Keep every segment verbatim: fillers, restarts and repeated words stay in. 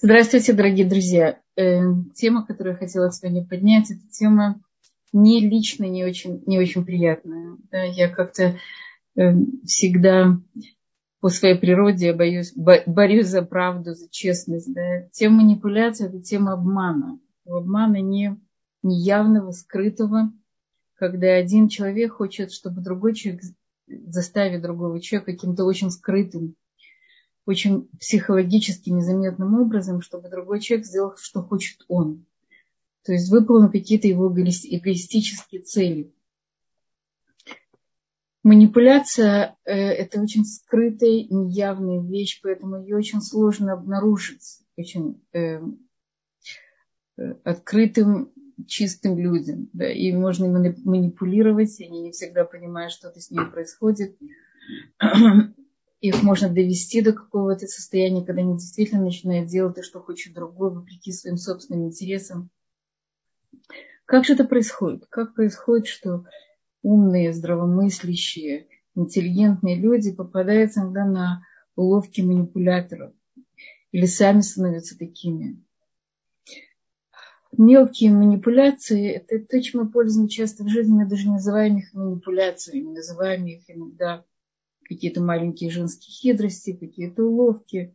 Здравствуйте, дорогие друзья. Э, Тема, которую я хотела сегодня поднять, это тема не личная, не очень, не очень приятная. Да, я как-то э, всегда по своей природе я боюсь, бо- борюсь за правду, за честность. Да. Тема манипуляции – это тема обмана. Обмана не, не явного, скрытого, когда один человек хочет, чтобы другой человек заставит другого человека каким-то очень скрытым, очень психологически незаметным образом, чтобы другой человек сделал, что хочет он. То есть выполнил какие-то его эгоистические цели. Манипуляция э, – это очень скрытая, неявная вещь, поэтому ее очень сложно обнаружить очень э, э, открытым, чистым людям. Да? И можно манипулировать, и они не всегда понимают, что-то с ними происходит. Их можно довести до какого-то состояния, когда они действительно начинают делать то, что хочет другой, вопреки своим собственным интересам. Как же это происходит? Как происходит, что умные, здравомыслящие, интеллигентные люди попадают иногда на уловки манипуляторов или сами становятся такими? Мелкие манипуляции – это то, чем мы пользуемся часто в жизни, мы даже не называем их манипуляциями, мы называем их иногда какие-то маленькие женские хитрости, какие-то уловки.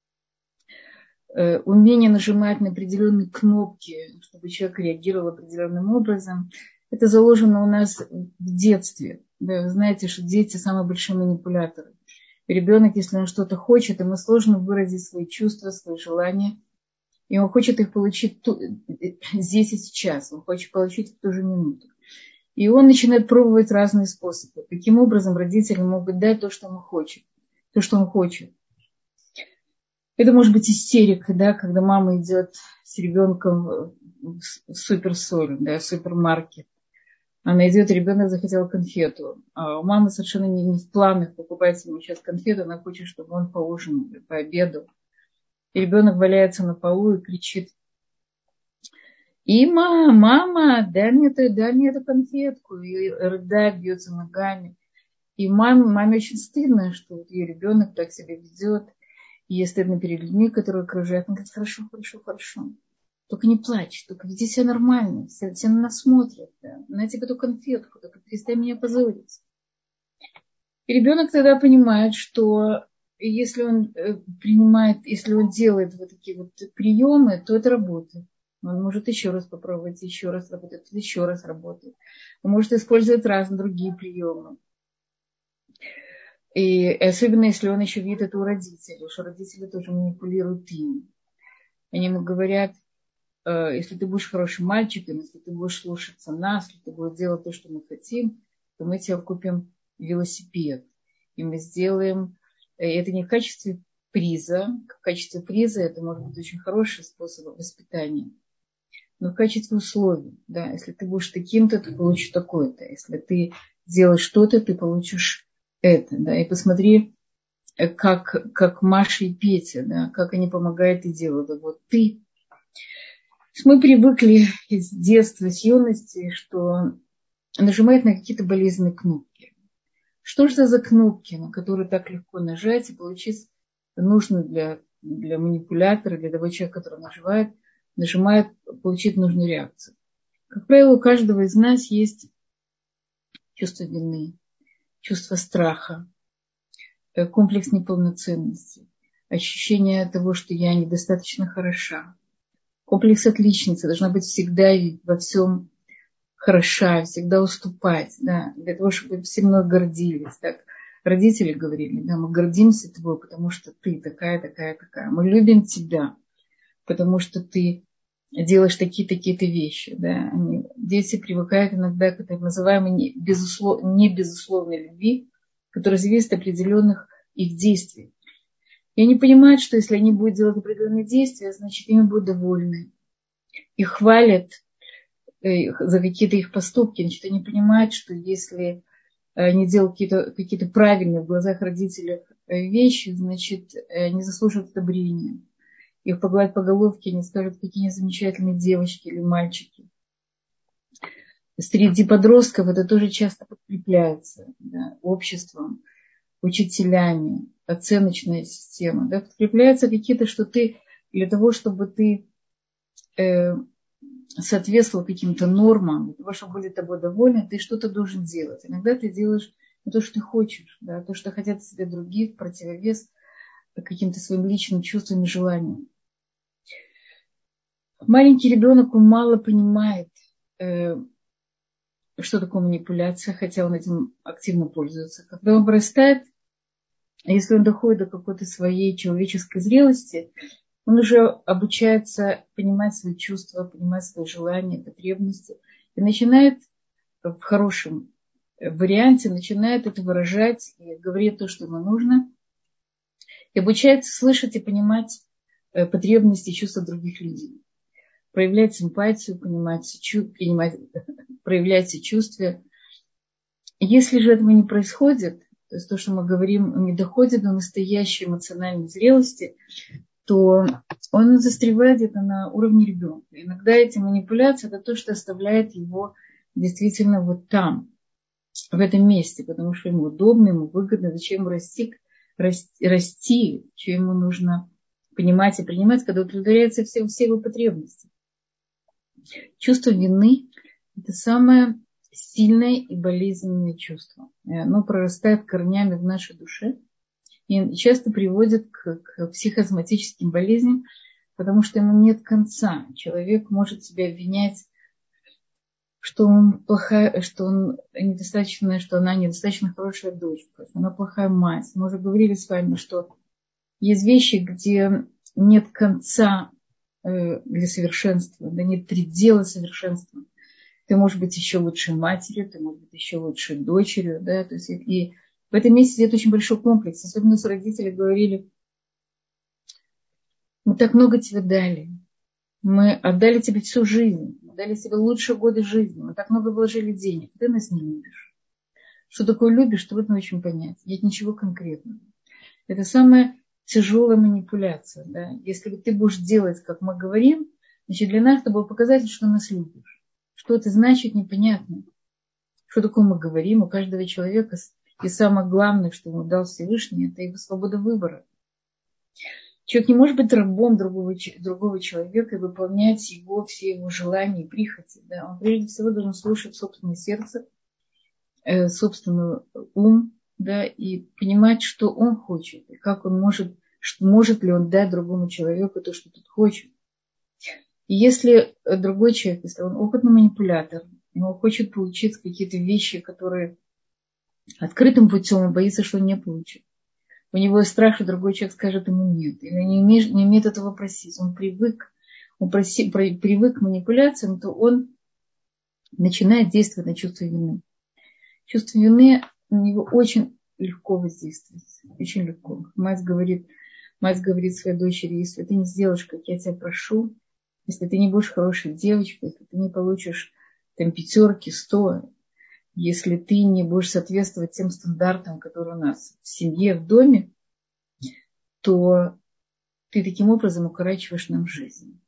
Умение нажимать на определенные кнопки, чтобы человек реагировал определенным образом, это заложено у нас в детстве. Да, вы знаете, что дети самые большие манипуляторы. Ребенок, если он что-то хочет, ему сложно выразить свои чувства, свои желания. И он хочет их получить здесь и сейчас. Он хочет получить в ту же минуту. И он начинает пробовать разные способы. Каким образом родители могут дать то, что он хочет. То, что он хочет. Это может быть истерика, да, когда мама идет с ребенком в суперсоль, да, в супермаркет. Она идет, ребенок захотел конфету. А у мамы совершенно не, не в планах покупать ему сейчас конфету, она хочет, чтобы он поужинал, пообедал. И ребенок валяется на полу и кричит: «Има, мама, дай мне, это, дай мне эту конфетку». И рыдает, бьется ногами. И маме, маме очень стыдно, что вот ее ребенок так себя ведет. И ей стыдно перед людьми, которые окружают. Она говорит: хорошо, хорошо, хорошо. Только не плачь, только веди себя нормально. Все, все на нас смотрят. Да. На тебе эту конфетку, только перестань меня позорить. И ребенок тогда понимает, что если он принимает, если он делает вот такие вот приемы, то это работает. Он может еще раз попробовать, еще раз работать, еще раз работать. Он может использовать разные другие приемы. И особенно, если он еще видит это у родителей, что родители тоже манипулируют им. Они ему говорят: если ты будешь хорошим мальчиком, если ты будешь слушаться нас, если ты будешь делать то, что мы хотим, то мы тебе купим велосипед. И мы сделаем... Это не в качестве приза. В качестве приза это может быть очень хороший способ воспитания. Но в качестве условий. Да, если ты будешь таким-то, ты получишь такое-то. Если ты делаешь что-то, ты получишь это. Да. И посмотри, как, как Маша и Петя, да, как они помогают и делают. Вот ты... Мы привыкли с детства, с юности, что нажимают на какие-то болезненные кнопки. Что же это за кнопки, на которые так легко нажать и получить нужную для, для манипулятора, для того человека, который нажимает, нажимает, получить нужную реакцию? Как правило, у каждого из нас есть чувство вины, чувство страха, комплекс неполноценности, ощущение того, что я недостаточно хороша. Комплекс отличницы должна быть всегда и во всем хороша, всегда уступать, да, для того, чтобы все мной гордились. Так родители говорили: да, мы гордимся тобой, потому что ты такая, такая, такая. Мы любим тебя, потому что ты делаешь такие-такие-то вещи. Да. Они, дети привыкают иногда к так называемой не, безуслов, не безусловной любви, которая зависит от определенных их действий. И они понимают, что если они будут делать определенные действия, значит, ими будут довольны. И хвалят за какие-то их поступки. Значит, они понимают, что если они делают какие-то, какие-то правильные в глазах родителей вещи, значит, они заслуживают одобрения. Их погладят по головке, они скажут: какие они замечательные девочки или мальчики. Среди подростков это тоже часто подкрепляется, да, обществом, учителями, оценочная система. Да, подкрепляются какие-то, что ты для того, чтобы ты э, соответствовал каким-то нормам, для того, чтобы были тобой довольны, ты что-то должен делать. Иногда ты делаешь не то, что ты хочешь, да, то, что хотят себе другие, в противовес каким-то своим личным чувствам и желаниям. Маленький ребенок, он мало понимает, э, что такое манипуляция, хотя он этим активно пользуется. Когда он вырастает, если он доходит до какой-то своей человеческой зрелости, он уже обучается понимать свои чувства, понимать свои желания, потребности. И начинает в хорошем варианте, начинает это выражать и говорить то, что ему нужно. И обучается слышать и понимать потребности и чувства других людей. Проявлять симпатию, понимать, принимать, проявлять сочувствие. Если же этого не происходит, то есть то, что мы говорим, не доходит до настоящей эмоциональной зрелости, то он застревает где-то на уровне ребенка. Иногда эти манипуляции – это то, что оставляет его действительно вот там, в этом месте, потому что ему удобно, ему выгодно, зачем ему расти, расти, расти что ему нужно понимать и принимать, когда удовлетворяются все, все его потребности. Чувство вины – это самое сильное и болезненное чувство. Оно прорастает корнями в нашей душе и часто приводит к, к психосоматическим болезням, потому что ему нет конца. Человек может себя обвинять, что он плохая, что он недостаточно, что она недостаточно хорошая дочка, что она плохая мать. Мы уже говорили с вами, что есть вещи, где нет конца для совершенства, да нет предела совершенства. Ты можешь быть еще лучшей матерью, ты можешь быть еще лучшей дочерью, да, то есть и в этом месте идет очень большой комплекс. Особенно с родители говорили: мы так много тебе дали, мы отдали тебе всю жизнь, мы дали тебе лучшие годы жизни, мы так много вложили денег, ты нас не любишь. Что такое любишь, трудно очень понять. Нет ничего конкретного. Это самая тяжелая манипуляция. Да? Если ты будешь делать, как мы говорим, значит, для нас это был показатель, что нас любишь. Что это значит, непонятно. Что такое мы говорим? У каждого человека, и самое главное, что ему дал Всевышний, это его свобода выбора. Человек не может быть рабом другого, другого человека и выполнять его, все его желания и прихоти. Да? Он прежде всего должен слушать собственное сердце, э, собственный ум, да, и понимать, что он хочет, и как он может, что, может ли он дать другому человеку то, что тот хочет. И если другой человек, если он опытный манипулятор, и он хочет получить какие-то вещи, которые открытым путем, он боится, что он не получит. У него есть страх, что другой человек скажет ему нет, или не умеет, не умеет этого просить. Он привык, он проси, при, привык к манипуляциям, то он начинает действовать на чувство вины. Чувство вины на него очень легко воздействует. Очень легко. Мать говорит, мать говорит своей дочери: если ты не сделаешь, как я тебя прошу, если ты не будешь хорошей девочкой, если ты не получишь там пятерки, сто, если ты не будешь соответствовать тем стандартам, которые у нас в семье, в доме, то ты таким образом укорачиваешь нам жизнь.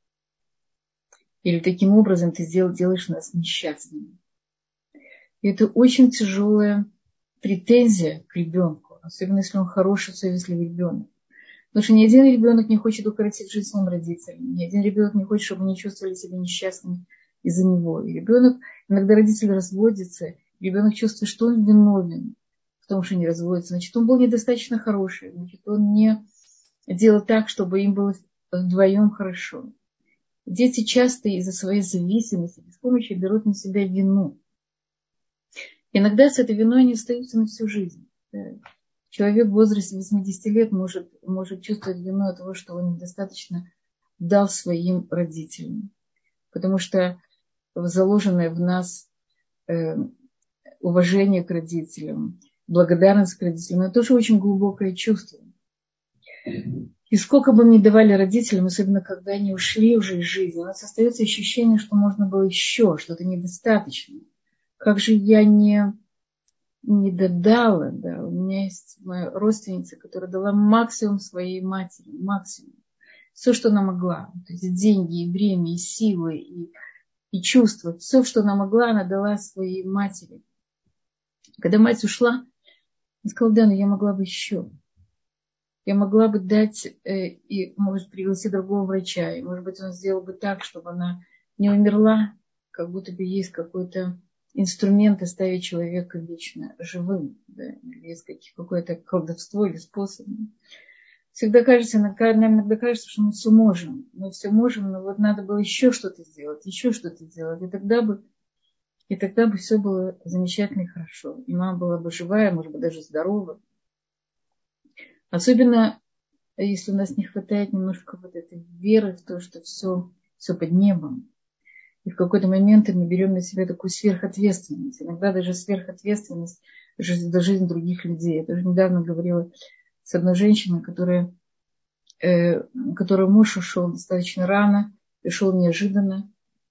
Или таким образом ты делаешь нас несчастными. И это очень тяжелая претензия к ребенку, особенно если он хороший, совестливый ребенок. Потому что ни один ребенок не хочет укоротить жизнь своим родителям. Ни один ребенок не хочет, чтобы они чувствовали себя несчастными из-за него. И ребенок, иногда родители разводятся, ребенок чувствует, что он виновен в том, что они разводятся. Значит, он был недостаточно хороший. Значит, он не делал так, чтобы им было вдвоем хорошо. Дети часто из-за своей зависимости, без помощи берут на себя вину. Иногда с этой виной они остаются на всю жизнь. Человек в возрасте восьмидесяти лет может, может чувствовать вину от того, что он недостаточно дал своим родителям. Потому что заложенное в нас э, уважение к родителям, благодарность к родителям, это тоже очень глубокое чувство. И сколько бы мне давали родителям, особенно когда они ушли уже из жизни, у нас остается ощущение, что можно было еще, что-то недостаточно. Как же я не... не додала, да, у меня есть моя родственница, которая дала максимум своей матери, максимум, все, что она могла, то есть деньги, и время, и силы, и, и чувства, все, что она могла, она дала своей матери. Когда мать ушла, она сказала: да, но я могла бы еще. я могла бы дать, э, и, может, пригласить другого врача, и, может быть, он сделал бы так, чтобы она не умерла, как будто бы есть какой-то инструмент оставить человека вечно живым, да, или есть какое-то колдовство или способ. Всегда кажется, нам иногда кажется, что мы все можем, мы все можем, но вот надо было еще что-то сделать, еще что-то сделать, и тогда бы, и тогда бы все было замечательно и хорошо, и мама была бы живая, может быть, даже здорова. Особенно, если у нас не хватает немножко вот этой веры в то, что все, все под небом. И в какой-то момент мы берем на себя такую сверхответственность. Иногда даже сверхответственность за жизнь других людей. Я тоже недавно говорила с одной женщиной, которая, э, которой муж ушел достаточно рано, пришел неожиданно.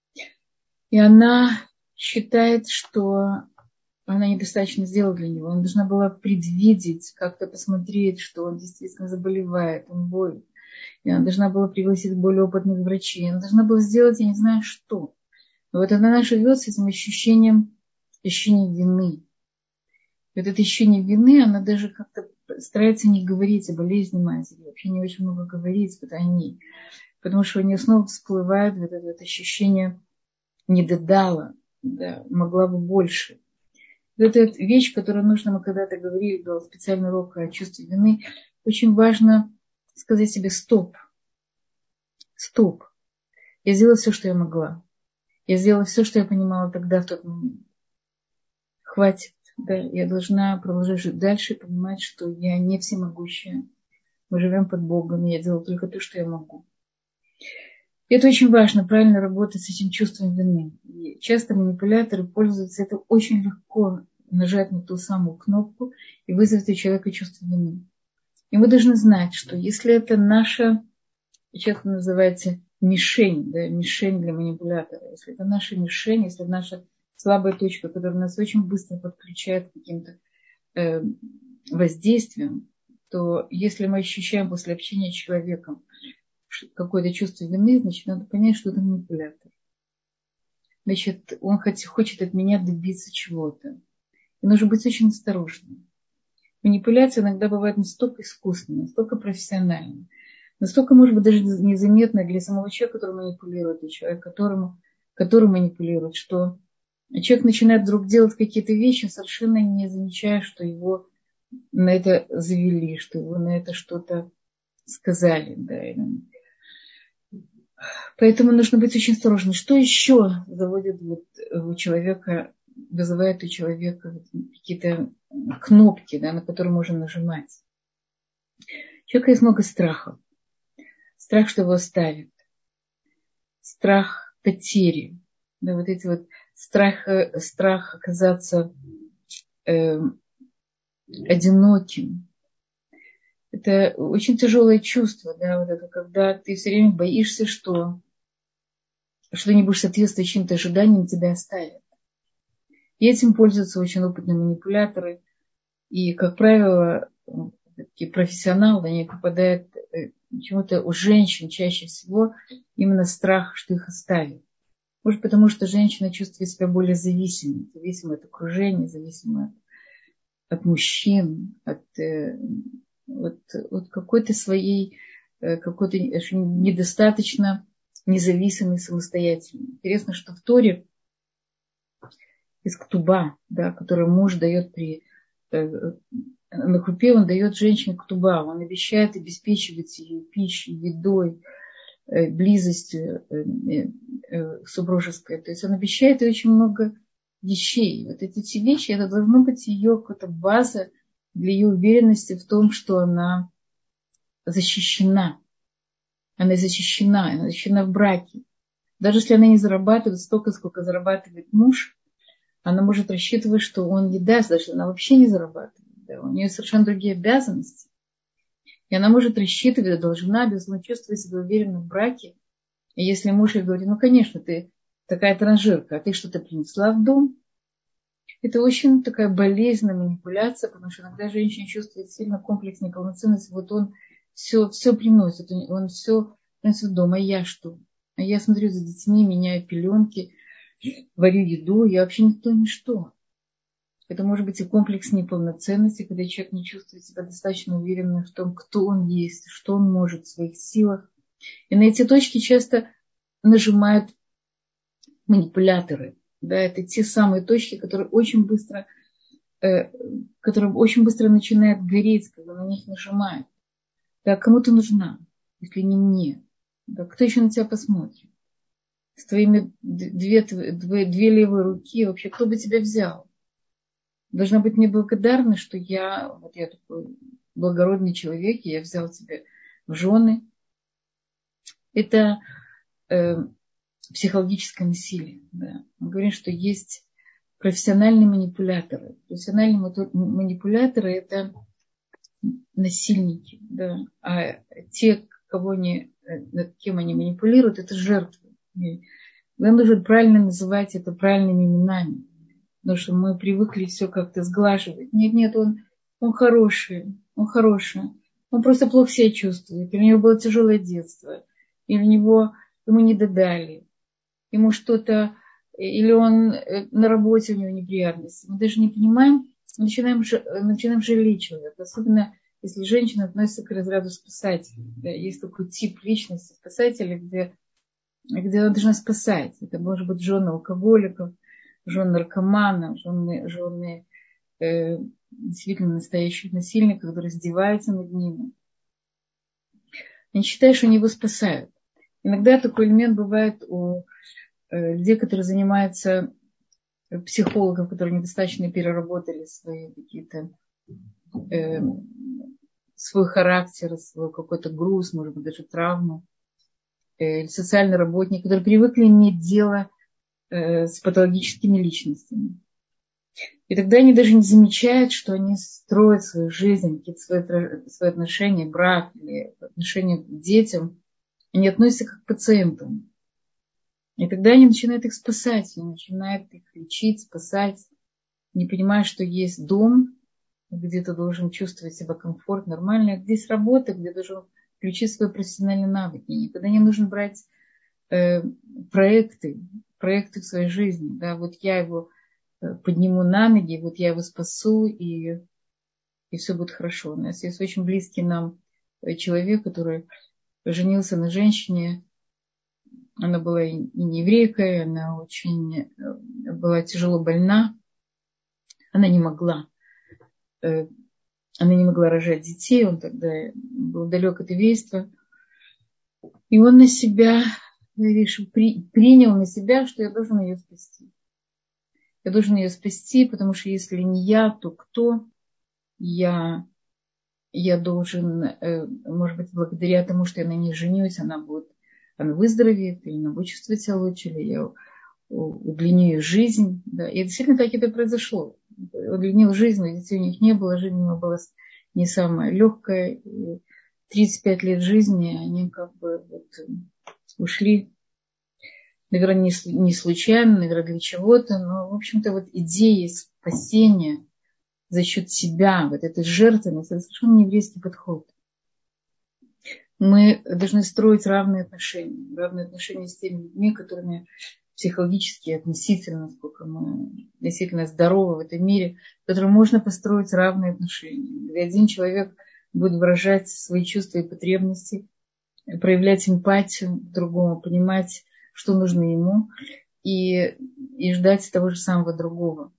И она считает, что она недостаточно сделала для него. Она должна была предвидеть, как-то посмотреть, что он действительно заболевает, он болен. И она должна была пригласить более опытных врачей. Она должна была сделать, я не знаю, что. Но вот она живет с этим ощущением, ощущением вины. И вот это ощущение вины, она даже как-то старается не говорить о болезни матери. Вообще не очень много говорить вот о ней. Потому что у нее снова всплывает вот это вот ощущение не додала, да, могла бы больше. Вот эта вещь, которую нужно, мы когда-то говорили, был специальный урок о чувстве вины, очень важно сказать себе стоп. Стоп. Я сделала все, что я могла. Я сделала все, что я понимала тогда, в тот момент. Хватит. Да, я должна продолжать жить дальше и понимать, что я не всемогущая. Мы живем под Богом, и я делаю только то, что я могу. И это очень важно, правильно работать с этим чувством вины. И часто манипуляторы пользуются это очень легко нажать на ту самую кнопку и вызвать у человека чувство вины. И мы должны знать, что если это наша, сейчас это называется мишень, да, мишень для манипулятора, если это наша мишень, если это наша слабая точка, которая нас очень быстро подключает к каким-то э, воздействиям, то если мы ощущаем после общения с человеком какое-то чувство вины, значит, надо понять, что это манипулятор. Значит, он хочет от меня добиться чего-то. И нужно быть очень осторожным. Манипуляция иногда бывает настолько искусственной, настолько профессиональной, настолько, может быть, даже незаметной для самого человека, который манипулирует, и человека, которому, который манипулирует, что человек начинает вдруг делать какие-то вещи, совершенно не замечая, что его на это завели, что его на это что-то сказали. Да. Поэтому нужно быть очень осторожным. Что еще заводит вот у человека, вызывает у человека какие-то кнопки, да, на которые можно нажимать? У человека есть много страхов. Страх, что его оставят. Страх потери. Да, вот эти вот страх, страх оказаться э, одиноким. Это очень тяжелое чувство, да, вот это, когда ты все время боишься, что, что ты не будешь соответствовать чьим-то ожиданиям, тебя оставят. И этим пользуются очень опытные манипуляторы. И, как правило, такие профессионалы, они попадают почему-то у женщин чаще всего именно страх, что их оставят. Может, потому что женщина чувствует себя более зависимой, зависимой от окружения, зависимой от, от мужчин, от, от, от какой-то своей, какой-то недостаточно независимой, самостоятельной. Интересно, что в Торе из ктуба, да, который муж дает при на хупе, он дает женщине ктуба, он обещает обеспечивать ее пищей, едой, близостью супружеской. То есть он обещает ей очень много вещей. Вот эти все вещи, это должна быть ее какая-то база для ее уверенности в том, что она защищена. Она защищена, она защищена в браке. Даже если она не зарабатывает столько, сколько зарабатывает муж, она может рассчитывать, что он ей даст, даже если она вообще не зарабатывает. Да, у нее совершенно другие обязанности. И она может рассчитывать, должна, безусловно, чувствовать себя уверенно в браке. И если муж ей говорит, ну, конечно, ты такая транжирка, а ты что-то принесла в дом, это очень такая болезненная манипуляция, потому что иногда женщина чувствует сильно комплекс неполноценности. Вот он все, все приносит, он все приносит в дом, а я что? А я смотрю за детьми, меняю пеленки, варю еду, я вообще никто, ничто. Это может быть и комплекс неполноценности, когда человек не чувствует себя достаточно уверенным в том, кто он есть, что он может в своих силах. И на эти точки часто нажимают манипуляторы. Да, это те самые точки, которые очень быстро, э, которые очень быстро начинают гореть, когда на них нажимают. Да, кому ты нужна, если не мне? Да, кто еще на тебя посмотрит? С твоими две, две, две левые руки, вообще кто бы тебя взял? Должна быть мне благодарна, что я, вот я такой благородный человек, и я взял тебя в жены. Это э, психологическое насилие. Да. Мы говорим, что есть профессиональные манипуляторы. Профессиональные манипуляторы – это насильники. Да. А те, кого они, над кем они манипулируют, это жертвы. И нам нужно правильно называть это правильными именами. Потому что мы привыкли все как-то сглаживать. Нет, нет, он, он хороший, он хороший. Он просто плохо себя чувствует. Или у него было тяжелое детство. Или у него, ему не додали. Ему что-то, или он на работе, у него неприятности. Мы даже не понимаем, начинаем, начинаем жалеть человека. Особенно, если женщина относится к разряду спасателей. Да, есть такой тип личности спасателя, где, где она должна спасать. Это может быть жены алкоголиков, жены наркоманов, жены, жены э, действительно настоящих насильников, которые издеваются над ними. Они считают, что они его спасают. Иногда такой элемент бывает у э, людей, которые занимаются, психологов, которые недостаточно переработали свои какие-то э, свой характер, свой какой-то груз, может быть, даже травму. Э, социальный работник, которые привыкли иметь дело э, с патологическими личностями. И тогда они даже не замечают, что они строят свою жизнь, какие-то свои, свои отношения, брак или отношения к детям. Они относятся как к пациентам. И тогда они начинают их спасать, они начинают их лечить, спасать, не понимая, что есть дом, где ты должен чувствовать себя комфортно, нормально, а здесь работа, где должен включить свои профессиональные навыки. Никогда не нужно брать э, проекты, проекты в своей жизни. Да, вот я его подниму на ноги, вот я его спасу, и, и все будет хорошо. У нас есть очень близкий нам человек, который женился на женщине. Она была и не еврейкой, она очень была тяжело больна. Она не могла, она не могла рожать детей, он тогда был далек от еврейства. И он на себя решил, при, принял на себя, что я должен ее спасти. Я должен ее спасти, потому что если не я, то кто? Я, я должен, может быть, благодаря тому, что я на ней женюсь, она будет, она выздоровеет, или она будет чувствовать себя лучше, или я удлиню ее жизнь. Да. И действительно так это произошло. Удлинил жизнь, но детей у них не было, жизнь у него была не самая легкая. И тридцать пять лет жизни они как бы вот ушли. Наверное, не случайно, наверное, для чего-то, но, в общем-то, вот идея спасения за счет себя, вот этой жертвенности, это совершенно не еврейский подход. Мы должны строить равные отношения, равные отношения с теми людьми, которыми психологически, относительно, насколько мы относительно здоровы в этом мире, с которыми можно построить равные отношения, где один человек будет выражать свои чувства и потребности, проявлять эмпатию к другому, понимать, что нужно ему, и, и ждать того же самого другого.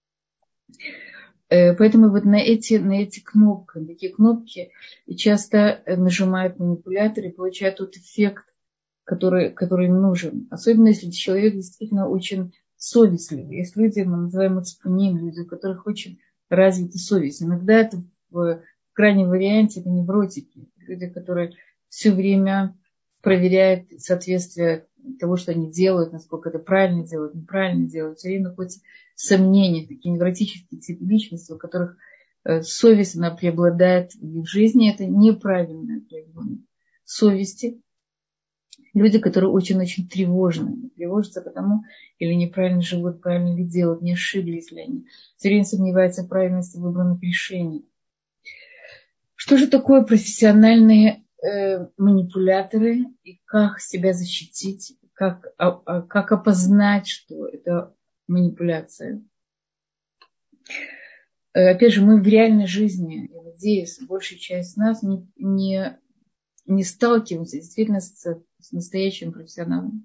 Поэтому вот на эти, на эти кнопки, такие кнопки часто нажимают манипуляторы и получают тот эффект, который, который им нужен. Особенно если человек действительно очень совестливый. Есть люди, мы называем ацпуним, люди, у которых очень развита совесть. Иногда это в крайнем варианте это невротики. Люди, которые все время проверяют соответствие того, что они делают, насколько это правильно делают, неправильно делают. Все время находятся сомнения, такие невротические типы личности, у которых совесть, она преобладает в их жизни. Это неправильное проявление совести. Люди, которые очень-очень тревожны. Тревожатся потому, или неправильно живут, правильно ли делают, не ошиблись ли они. Все время сомневаются в правильности выбранных решений. Что же такое профессиональные э, манипуляторы и как себя защитить, как, а, а, как опознать, что это манипуляция? Опять же, мы в реальной жизни, я надеюсь, большая часть нас не, не, не сталкиваемся действительно с, с настоящим профессионалом.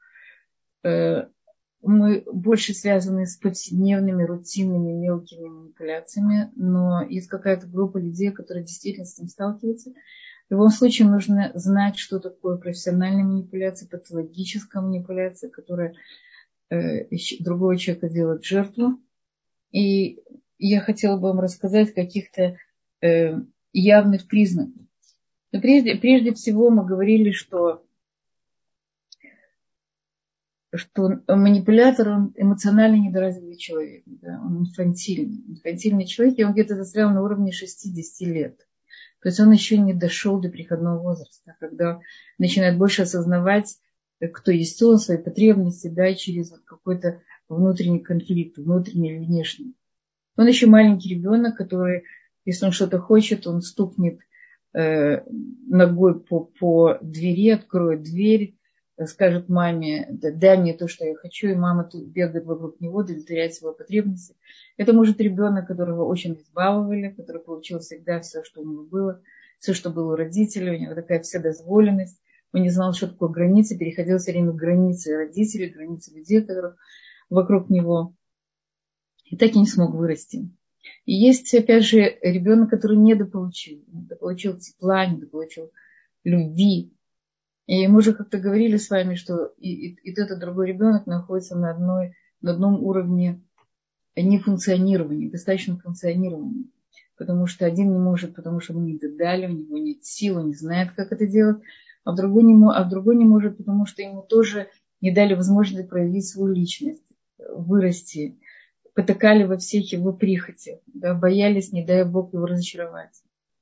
Мы больше связаны с повседневными, рутинными, мелкими манипуляциями, но есть какая-то группа людей, которые действительно с этим сталкиваются. В любом случае нужно знать, что такое профессиональная манипуляция, патологическая манипуляция, которая э, другого человека делает жертву. И я хотела бы вам рассказать каких-то э, явных признаков. Но прежде, прежде всего мы говорили, что, что манипулятор, он эмоционально недоразвитый человек. Да? Он инфантильный. Инфантильный человек, и он где-то застрял на уровне шестидесяти лет. То есть он еще не дошел до переходного возраста, когда начинает больше осознавать, кто есть он, свои потребности, да, через какой-то внутренний конфликт, внутренний или внешний. Он еще маленький ребенок, который, если он что-то хочет, он стукнет э, ногой по, по двери, откроет дверь, скажет маме: дай мне то, что я хочу, и мама тут бегает вокруг него, удовлетворяет свои потребности. Это может ребенок, которого очень избаловали, который получил всегда все, что у него было, все, что было у родителей, у него такая вседозволенность. Он не знал, что такое границы, переходил все время границы родителей, границы людей, которые вокруг него. И так и не смог вырасти. И есть, опять же, ребенок, который недополучил. Недополучил тепла, недополучил любви. И мы уже как-то говорили с вами, что и, и, и тот, и другой ребенок находится на, одной, на одном уровне нефункционирования, достаточно функционирования. Потому что один не может, потому что ему не додали, у него нет сил, он не знает, как это делать. А в другой не, а в другой не может, потому что ему тоже не дали возможность проявить свою личность, вырасти. Потакали во всех его прихотях, да, боялись, не дай Бог, его разочаровать.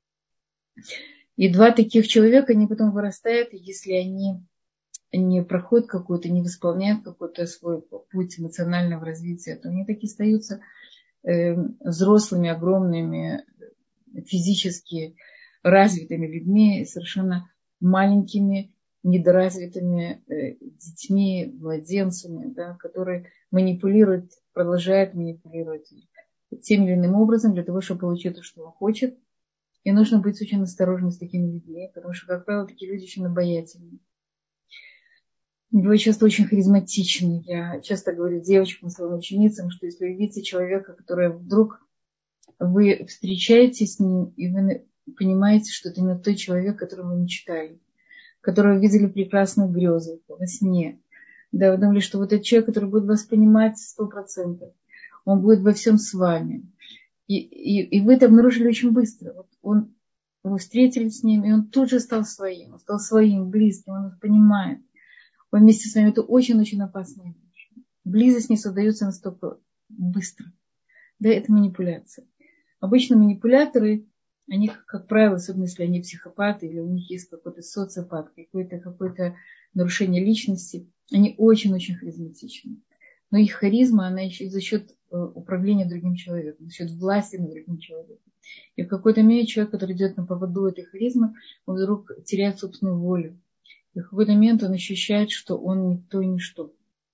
И два таких человека, они потом вырастают, и если они не проходят какой-то, не восполняют какой-то свой путь эмоционального развития, то они таки остаются э, взрослыми, огромными, физически развитыми людьми, совершенно маленькими, недоразвитыми э, детьми, младенцами, да, которые манипулируют, продолжают манипулировать тем или иным образом для того, чтобы получить то, что он хочет. И нужно быть очень осторожным с такими людьми, потому что, как правило, такие люди очень обаятельны. Бывают часто очень харизматичны. Я часто говорю девочкам, своим ученицам, что если вы видите человека, который вдруг вы встречаетесь с ним, и вы понимаете, что это именно тот человек, которого вы мечтали, которого вы видели прекрасные грезы во сне. Да, вы думали, что вот этот человек, который будет вас понимать сто процентов, он будет во всем с вами. И, и, и вы это обнаружили очень быстро. Вот он, вы встретились с ним, и он тут же стал своим. Он стал своим, близким, он их понимает. Он вместе с вами. Это очень-очень опасная вещь. Близость не создается настолько быстро. Да, это манипуляция. Обычно манипуляторы, они, как правило, особенно если они психопаты, или у них есть какой-то социопат, какое-то, какое-то нарушение личности, они очень-очень харизматичны. Но их харизма, она еще и за счет управления другим человеком, за счет власти над другим человеком. И в какой-то мере человек, который идет на поводу этой харизмы, он вдруг теряет собственную волю. И в какой-то момент он ощущает, что он никто и ничто.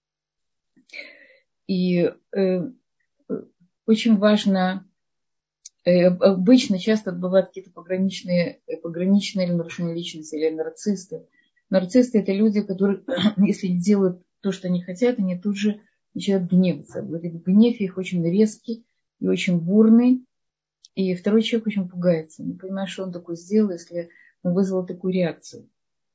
И э, очень важно, э, обычно часто бывают какие-то пограничные, пограничные или нарушения личности, или нарциссы. Нарциссы – это люди, которые, если делают то, что они хотят, они тут же начинают гневаться. Вот этот гнев их очень резкий и очень бурный. И второй человек очень пугается. Не понимает, что он такое сделал, если он вызвал такую реакцию.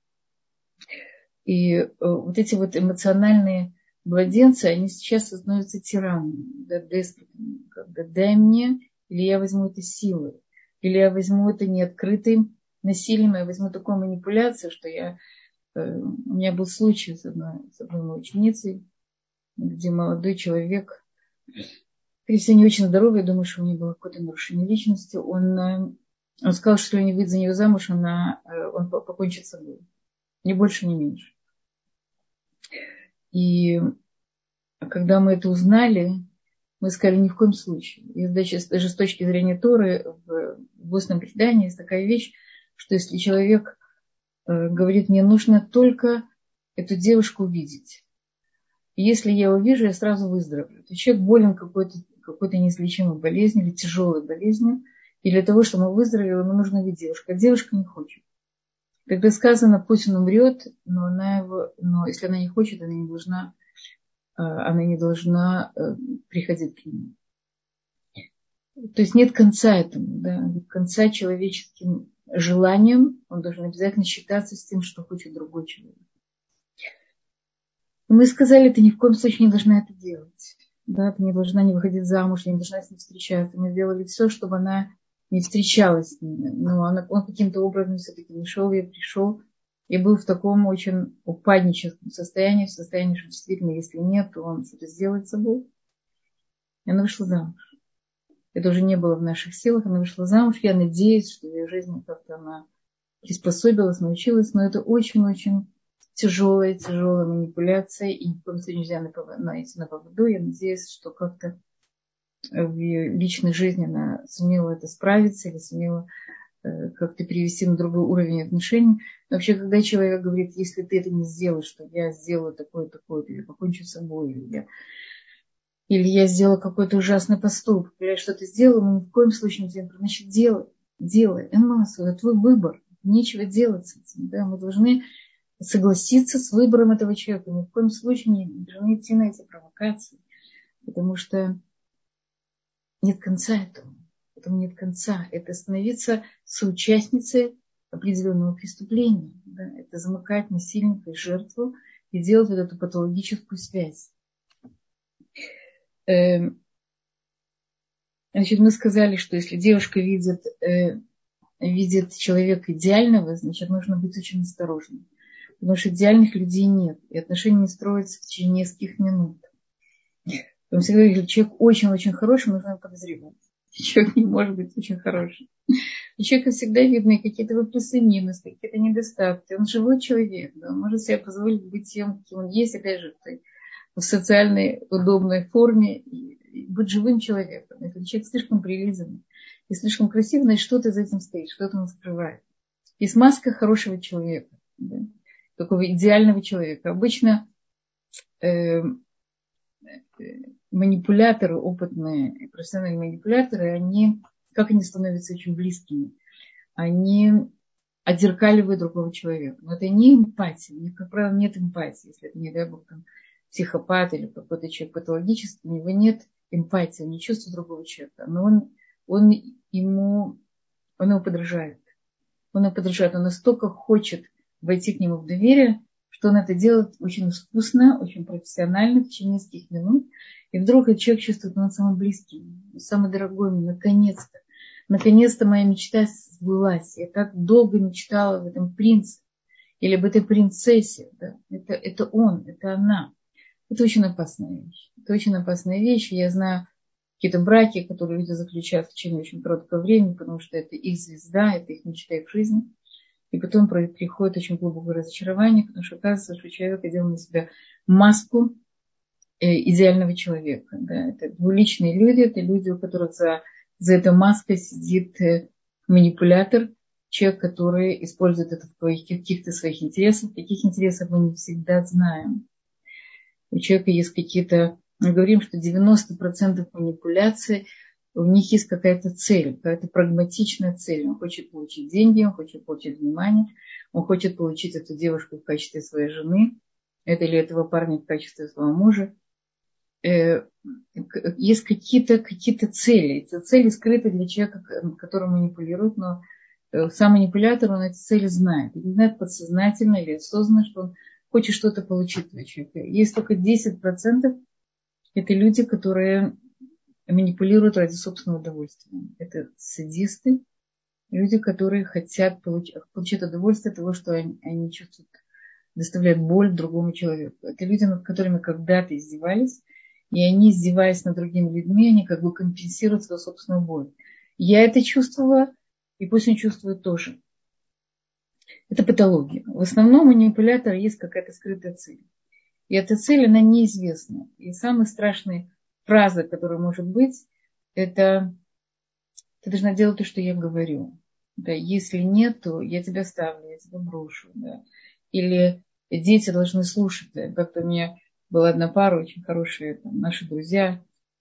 И э, вот эти вот эмоциональные младенцы, они сейчас становятся тиранами, да, деспотами. Когда дай мне, или я возьму это силой, или я возьму это не открытым насилием, я возьму такую манипуляцию, что я... Э, у меня был случай с одной, с одной моей ученицей, где молодой человек, если не очень здоровый, я думаю, что у него было какое-то нарушение личности, он, он сказал, что если не выйдет за нее замуж, она, он покончит с собой. Ни больше, ни меньше. И когда мы это узнали, мы сказали, ни в коем случае. И даже, даже с точки зрения Торы в, в устном предании есть такая вещь, что если человек э, говорит, мне нужно только эту девушку увидеть. И если я увижу, я сразу выздоровлю. То человек болен какой-то какой-то неизлечимой болезнью или тяжелой болезнью. И для того, чтобы мы выздоровели, ему нужно видеть девушку. А девушка не хочет. Когда сказано, пусть он умрет, но, она его, но если она не хочет, она не должна, она не должна приходить к нему. То есть нет конца этому, да, нет конца человеческим желанием. Он должен обязательно считаться с тем, что хочет другой человек. Мы сказали, ты ни в коем случае не должна это делать. Да, ты не должна не выходить замуж, не должна с ним встречаться. Мы сделали все, чтобы она не встречалась с ним. Но она, он каким-то образом все-таки нашел ее, пришел и был в таком очень упадническом состоянии, в состоянии, что действительно, если нет, то он что-то сделает с собой. И она вышла замуж. Это уже не было в наших силах. Она вышла замуж. Я надеюсь, что в ее жизни как-то она приспособилась, научилась. Но это очень-очень тяжелая, тяжелая манипуляция, и ни в коем случае нельзя найти на поводу. Я надеюсь, что как-то в ее личной жизни она сумела это справиться или сумела э, как-то перевести на другой уровень отношений. Но вообще, когда человек говорит, если ты это не сделаешь, то я сделаю такое, такое, или покончу с собой, или я, или я сделала какой-то ужасный поступок, или что ты сделала, но ни в коем случае не делай. Значит, делай, делай, эмоцию, это твой выбор, нечего делать с этим. Да? Мы должны согласиться с выбором этого человека. Ни в коем случае не должны идти на эти провокации. Потому что нет конца этому. Этому нет конца. Это становиться соучастницей определенного преступления. Да? Это замыкать насильника и жертву и делать вот эту патологическую связь. Значит, мы сказали, что если девушка видит, видит человека идеального, значит, нужно быть очень осторожным. Потому что идеальных людей нет. И отношения не строятся в течение нескольких минут. Потому что если человек очень-очень хороший, нужно его подозревать. Человек не может быть очень хорошим. У человека всегда видны какие-то его плюсы и минусы, какие-то недостатки. Он живой человек. Да? Он может себе позволить быть тем, кем он есть, опять же, в социальной удобной форме. И быть живым человеком. Если человек слишком прилизанный и слишком красивый, значит, что-то за этим стоит, что-то он скрывает. Есть маска хорошего человека. Да? Такого идеального человека. Обычно э, манипуляторы, опытные профессиональные манипуляторы, они, как они становятся очень близкими, они отзеркаливают другого человека. Но это не эмпатия, у них, как правило, нет эмпатии. Если это, не дай бог, там, психопат или какой-то человек патологический, у него нет эмпатии, он не чувствует другого человека. Но он, он, ему, он его подражает. Он его подражает, он настолько хочет войти к нему в доверие, что он это делает очень искусно, очень профессионально, в течение нескольких минут. И вдруг этот человек чувствует, что он самый близкий, самый дорогой мне, наконец-то. Наконец-то моя мечта сбылась. Я так долго мечтала об этом принце или об этой принцессе. Да? Это, это он, это она. Это очень опасная вещь. Это очень опасная вещь. Я знаю какие-то браки, которые люди заключают в течение очень короткого времени, потому что это их звезда, это их мечта их жизни. И потом приходит очень глубокое разочарование, потому что оказывается, что человек одел на себя маску идеального человека. Да. Это двуличные люди, это люди, у которых за, за этой маской сидит манипулятор, человек, который использует это в каких-то своих интересах. Таких интересов мы не всегда знаем. У человека есть какие-то... Мы говорим, что девяносто процентов манипуляций у них есть какая-то цель, какая-то прагматичная цель. Он хочет получить деньги, он хочет получить внимание, он хочет получить эту девушку в качестве своей жены, это или этого парня в качестве своего мужа. Есть какие-то, какие-то цели. Эти цели скрыты для человека, которым манипулирует, но сам манипулятор, он эти цели знает. Он знает подсознательно или осознанно, что он хочет что-то получить от человека. Есть только десять процентов это люди, которые манипулируют ради собственного удовольствия. Это садисты, люди, которые хотят получить, получить удовольствие от того, что они, они чувствуют, доставляют боль другому человеку. Это люди, над которыми когда-то издевались, и они, издеваясь над другими людьми, они как бы компенсируют свою собственную боль. Я это чувствовала, и пусть он чувствует тоже. Это патология. В основном у манипулятора есть какая-то скрытая цель. И эта цель, она неизвестна. И самая страшная фраза, которая может быть, это ты должна делать то, что я говорю. Да, если нет, то я тебя ставлю, я тебя брошу. Да. Или дети должны слушать. Да. Как-то у меня была одна пара, очень хорошие там, наши друзья.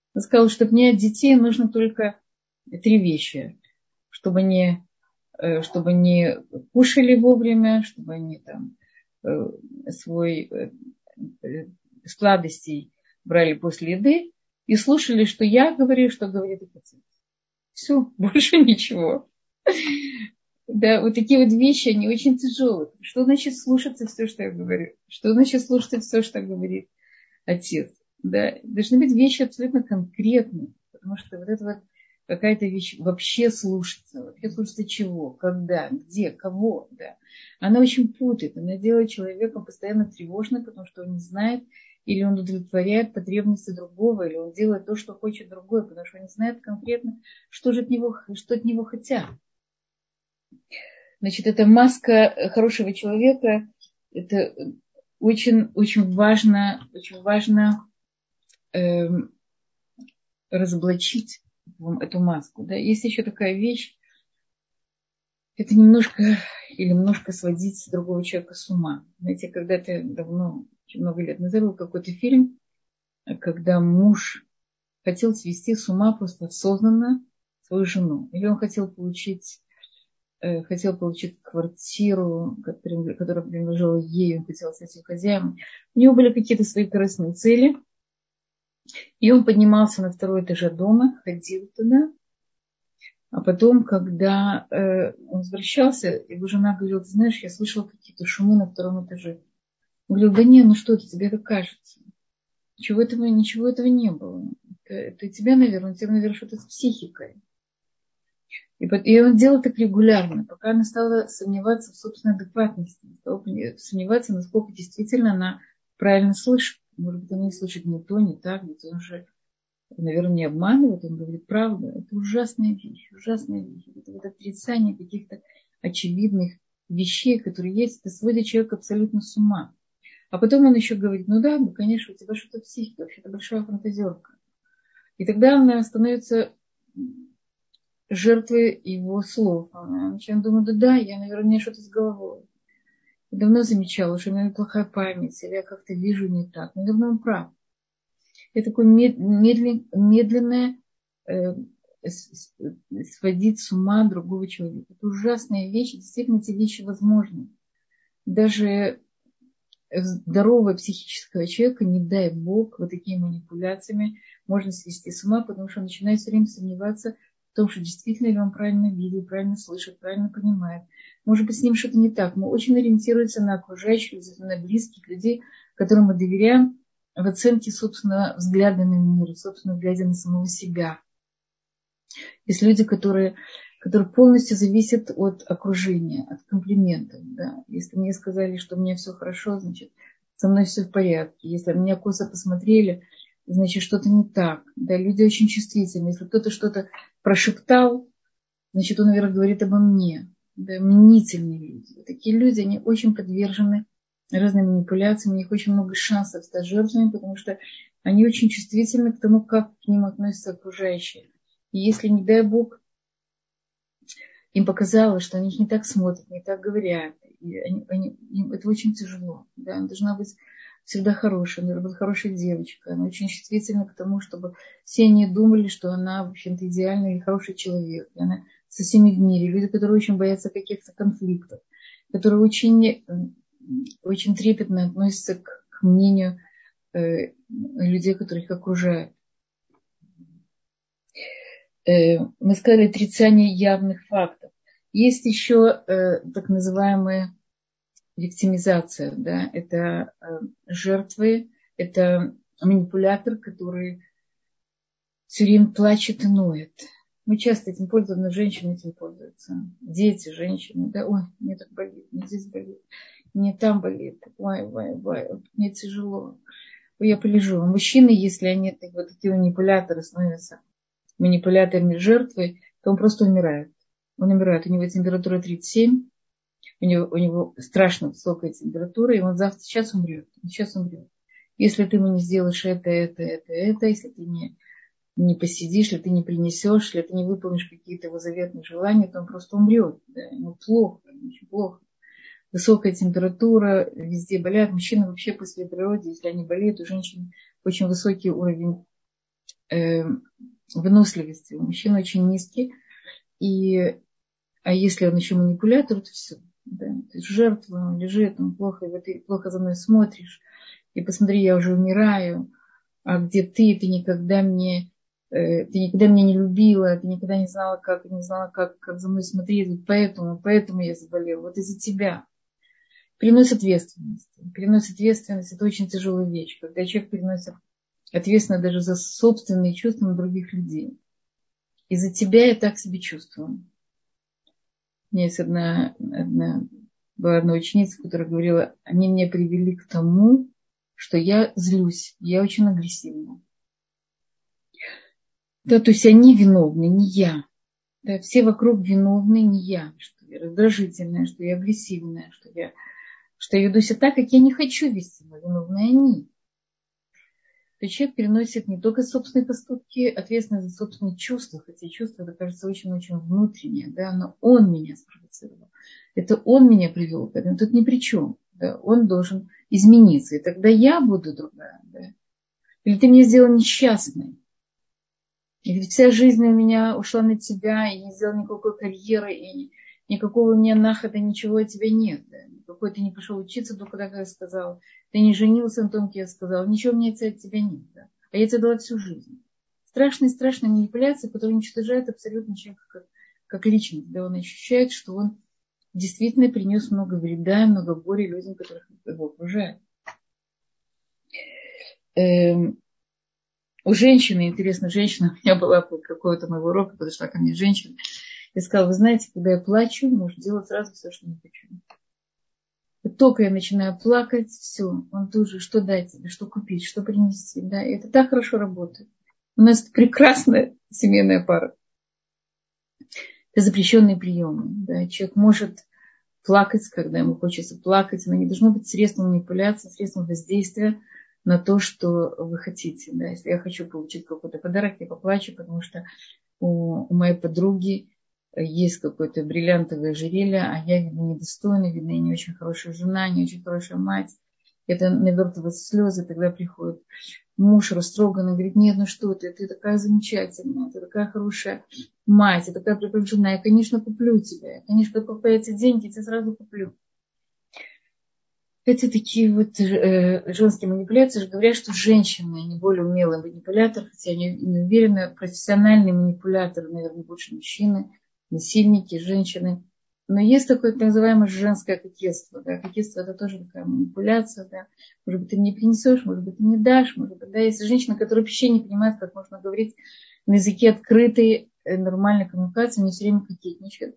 Он сказал, что мне от детей нужно только три вещи. Чтобы они, чтобы они кушали вовремя, чтобы они там свой сладостей брали после еды и слушали, что я говорю, что говорит их отец. Все, больше ничего. Да, вот такие вот вещи, они очень тяжелые. Что значит слушаться все, что я говорю? Что значит слушаться все, что говорит отец? Да, должны быть вещи абсолютно конкретные, потому что вот это вот какая-то вещь вообще слушаться, вообще слушаться чего, когда, где, кого, да. Она очень путает, она делает человека постоянно тревожным, потому что он не знает, или он удовлетворяет потребности другого, или он делает то, что хочет другой, потому что он не знает конкретно, что же от него, что от него хотят. Значит, эта маска хорошего человека, это очень, очень важно, очень важно э, разоблачить эту маску. Да. Есть еще такая вещь, это немножко или немножко сводить другого человека с ума. Знаете, когда-то давно, очень много лет назад, был какой-то фильм, когда муж хотел свести с ума просто осознанно свою жену. Или он хотел получить хотел получить квартиру, которая принадлежала ей, он хотел стать ее хозяином. У него были какие-то свои корыстные цели. И он поднимался на второй этаж дома, ходил туда. А потом, когда э, он возвращался, его жена говорила: ты знаешь, я слышала какие-то шумы на втором этаже. Он говорил: да не, ну что это, тебе это кажется. Ничего этого, ничего этого не было. Это, это тебя, наверное, у тебя, наверное, что-то с психикой. И он делал так регулярно, пока она стала сомневаться в собственной адекватности, стала сомневаться, насколько действительно она правильно слышит. Может быть, она не слышит ни то, ни так, ведь он же, наверное, не обманывает, он говорит правду. Это ужасная вещь, ужасная вещь. Это вот отрицание каких-то очевидных вещей, которые есть, это сводит человека абсолютно с ума. А потом он еще говорит: ну да, ну, конечно, у тебя что-то психика, вообще-то большая фантазерка. И тогда она становится жертвы его слов. Она начинает думать: да, да, я, наверное, у меня что-то с головой. Я давно замечала, что у меня плохая память, или я как-то вижу не так. Наверное, он прав. Это такое медлен, медленное э, сводить с ума другого человека. Это ужасная вещь, действительно, эти вещи возможны. Даже здорового психического человека, не дай бог, вот такими манипуляциями можно свести с ума, потому что он начинает все время сомневаться в том, что действительно ли он правильно видит, правильно слышит, правильно понимает. Может быть, с ним что-то не так. Мы очень ориентируемся на окружающих, на близких людей, которым мы доверяем в оценке собственного взгляда на мир, собственного взгляда на самого себя. Есть люди, которые, которые полностью зависят от окружения, от комплиментов. Да. Если мне сказали, что у меня все хорошо, значит, со мной все в порядке. Если меня косо посмотрели, значит, что-то не так. Да, люди очень чувствительны. Если кто-то что-то прошептал, значит, он, наверное, говорит обо мне. Да, мнительные люди. Такие люди, они очень подвержены разным манипуляциям, у них очень много шансов стать жертвами, потому что они очень чувствительны к тому, как к ним относятся окружающие. И если, не дай бог, им показалось, что они их не так смотрят, не так говорят, и они, они, им это очень тяжело. Да? Она должна быть всегда хорошая, она должна быть хорошая девочка. Она очень чувствительна к тому, чтобы все они думали, что она, в общем-то, идеальный и хороший человек. И она со всеми в мире. Люди, которые очень боятся каких-то конфликтов, которые очень, очень трепетно относятся к, к мнению э, людей, которые их окружают. Мы сказали отрицание явных фактов. Есть еще э, так называемая виктимизация. Да? Это э, жертвы, это манипулятор, который все время плачет и ноет. Мы часто этим пользуемся, но женщины этим пользуются. Дети, женщины. Да? Ой, мне так болит, мне здесь болит, мне там болит. Ой, ой, ой, мне тяжело. Ой, я полежу. Мужчины, если они вот такие манипуляторы становятся манипуляторами жертвы, то он просто умирает. Он умирает. У него температура тридцать семь, у него, у него страшно высокая температура, и он завтра сейчас умрет. Сейчас умрет. Если ты ему не сделаешь это, это, это, это, если ты не, не посидишь, если ты не принесешь, если ты не выполнишь какие-то его заветные желания, то он просто умрет. Да? Ему плохо, очень плохо. Высокая температура, везде болят. Мужчины вообще по своей природе, если они болеют, у женщин очень высокий уровень э, выносливости. У мужчин очень низкий. И, а если он еще манипулятор, то все. Да, то есть жертва, он лежит, он плохо, и вот ты плохо за мной смотришь. И посмотри, я уже умираю. А где ты? Ты никогда мне, э, ты никогда меня не любила, ты никогда не знала, как, не знала, как, как за мной смотреть. Поэтому, поэтому я заболела. Вот из-за тебя. Перенос ответственности. Перенос ответственности – это очень тяжелая вещь. Когда человек переносит ответственность даже за собственные чувства на других людей. Из-за тебя я так себя чувствую. У меня есть одна, одна, была одна ученица, которая говорила, они меня привели к тому, что я злюсь, я очень агрессивна. Да, то есть они виновны, не я. Да, все вокруг виновны, не я. Что я раздражительная, что я агрессивная, что я, что я веду себя так, как я не хочу вести, но виновны они. То человек переносит не только собственные поступки, ответственность за собственные чувства, хотя чувство, это кажется, очень-очень внутреннее, да, но он меня спровоцировал. Это он меня привел к этому, тут ни при чем. Да, он должен измениться, и тогда я буду другая. Да. Или ты меня сделал несчастной. И ведь вся жизнь у меня ушла на тебя, и не сделал никакой карьеры, и никакого у меня находа, ничего от тебя нет. Да. Никакой ты не пошел учиться, только так я сказал. Ты не женился на том, как я сказала. Ничего мне от тебя нет. Да. А я тебе дала всю жизнь. Страшная-страшная манипуляция, которая уничтожает абсолютно человека как, как личность. Да. Он ощущает, что он действительно принес много вреда, много горя людям, которых его окружают. Эм, у женщины, интересно, женщина, у меня была какой-то моего урока, подошла ко мне женщина, и сказала, вы знаете, когда я плачу, можно делать сразу все, что не хочу. И только я начинаю плакать, все, он тут же, что дать тебе, что купить, что принести. Да? И это так хорошо работает. У нас прекрасная семейная пара. Это запрещенные приемы. Да? Человек может плакать, когда ему хочется плакать, но не должно быть средством манипуляции, средством воздействия на то, что вы хотите. Да? Если я хочу получить какой-то подарок, я поплачу, потому что у, у моей подруги есть какое-то бриллиантовое ожерелье, а я, видно, недостойна, видно, я не очень хорошая жена, не очень хорошая мать. Это навертывает слезы, тогда приходит муж растроганный, говорит, нет, ну что ты, ты такая замечательная, ты такая хорошая мать, ты такая прекрасная жена, я, конечно, куплю тебя, я, конечно, как появятся деньги, я тебя сразу куплю. Это такие вот э, женские манипуляции. Говорят, что женщины не более умелый манипулятор, хотя я не, не уверена, профессиональные манипуляторы, наверное, больше мужчины, насильники, женщины. Но есть такое так называемое женское кокетство. Да? Кокетство – это тоже такая манипуляция. Да? Может быть, ты мне принесешь, может быть, ты мне дашь. Может быть, да, есть женщина, которая вообще не понимает, как можно говорить на языке открытой, нормальной коммуникации, не все время кокетничает.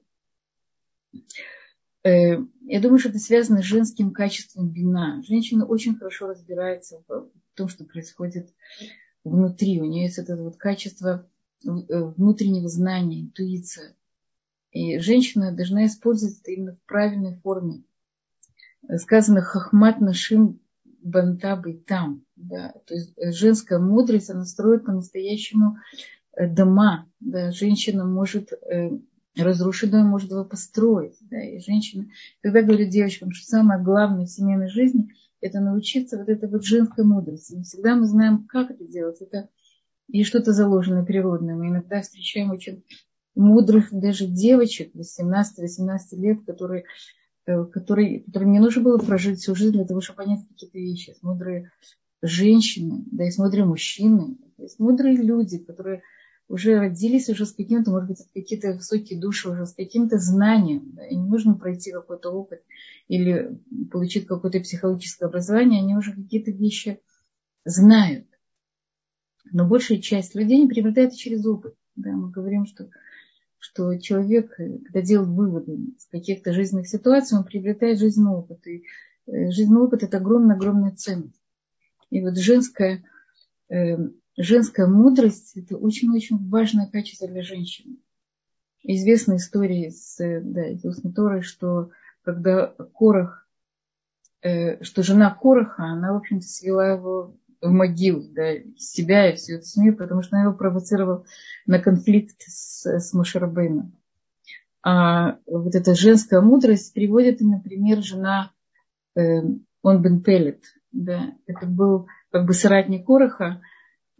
Я думаю, что это связано с женским качеством вина. Женщина очень хорошо разбирается в том, что происходит внутри. У нее есть это вот качество внутреннего знания, интуиция. И женщина должна использовать это именно в правильной форме. Сказано «хахмат нашим банта бейтам». Да? То есть женская мудрость, она строит по-настоящему дома. Да? Женщина может разрушить дом, может его построить. Да? И женщина, когда говорят девочкам, что самое главное в семейной жизни, это научиться вот этой вот женской мудрости. Не всегда мы знаем, как это делать. Это и что-то заложено природное. Мы иногда встречаем очень мудрых даже девочек восемнадцати-восемнадцати лет, которые, которые, которым не нужно было прожить всю жизнь для того, чтобы понять какие-то вещи. Есть мудрые женщины, да, есть мудрые мужчины, есть мудрые люди, которые уже родились уже с каким-то, может быть, какие-то высокие души, уже с каким-то знанием. Да, и не нужно пройти какой-то опыт или получить какое-то психологическое образование, они уже какие-то вещи знают. Но большая часть людей не приобретает это через опыт. Да, мы говорим, что, что человек, когда делает выводы из каких-то жизненных ситуаций, он приобретает жизненный опыт. И жизненный опыт – это огромная-огромная ценность. И вот женская... Женская мудрость – это очень-очень важное качество для женщины. Известна история из, да, из устной Торы, что когда Корах, э, что жена Кораха, она, в общем-то, свела его в могилу, да, себя и всю эту семью, потому что она его провоцировала на конфликт с, с Моше Рабейну. А вот эта женская мудрость приводит, например, жена э, Он бен Пелет. Да, это был как бы соратник Кораха.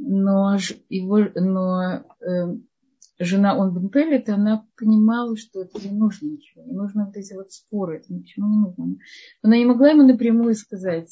но, его, но э, жена Он бен Пелет, она понимала, что это не нужно ничего, не нужно вот эти вот споры, это ничего не нужно. Она не могла ему напрямую сказать,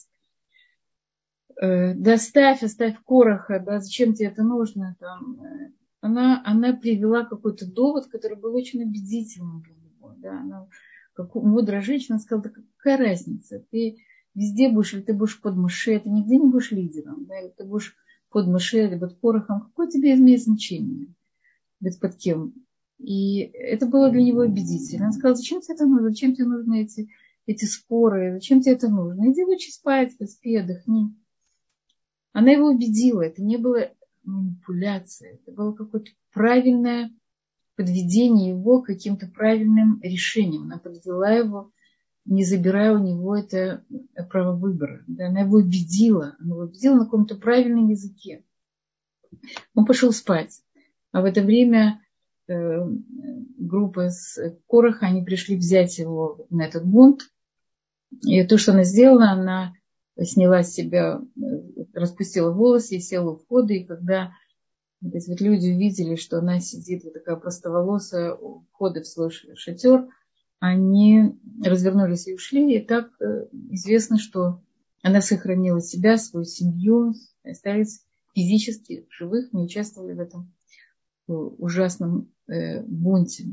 э, да ставь, оставь Короха, да, зачем тебе это нужно. Там. Она, она привела какой-то довод, который был очень убедительным для него. Да. Она, как мудрая женщина, сказала, да какая разница, ты везде будешь, или ты будешь под Моше, ты нигде не будешь лидером, да, или ты будешь под Моше, или под Корохом, какое тебе имеет значение? Быть под кем. И это было для него убедительно. Он сказал, зачем тебе это нужно, зачем тебе нужны эти, эти споры, зачем тебе это нужно? Иди лучше спать, поспи, отдохни. Она его убедила, это не было манипуляция, это было какое-то правильное подведение его к каким-то правильным решениям. Она подвела его, не забирая у него это право выбора. Да, она его убедила, она его убедила на каком-то правильном языке. Он пошел спать. А в это время э, группа с Короха, они пришли взять его на этот бунт. И то, что она сделала, она сняла с себя, распустила волосы, села у входа. И когда вот эти вот люди увидели, что она сидит вот такая простоволосая у входа в свой шатер, они развернулись и ушли. И так известно, что она сохранила себя, свою семью, остались физически живых, не участвовали в этом ужасном э, бунте.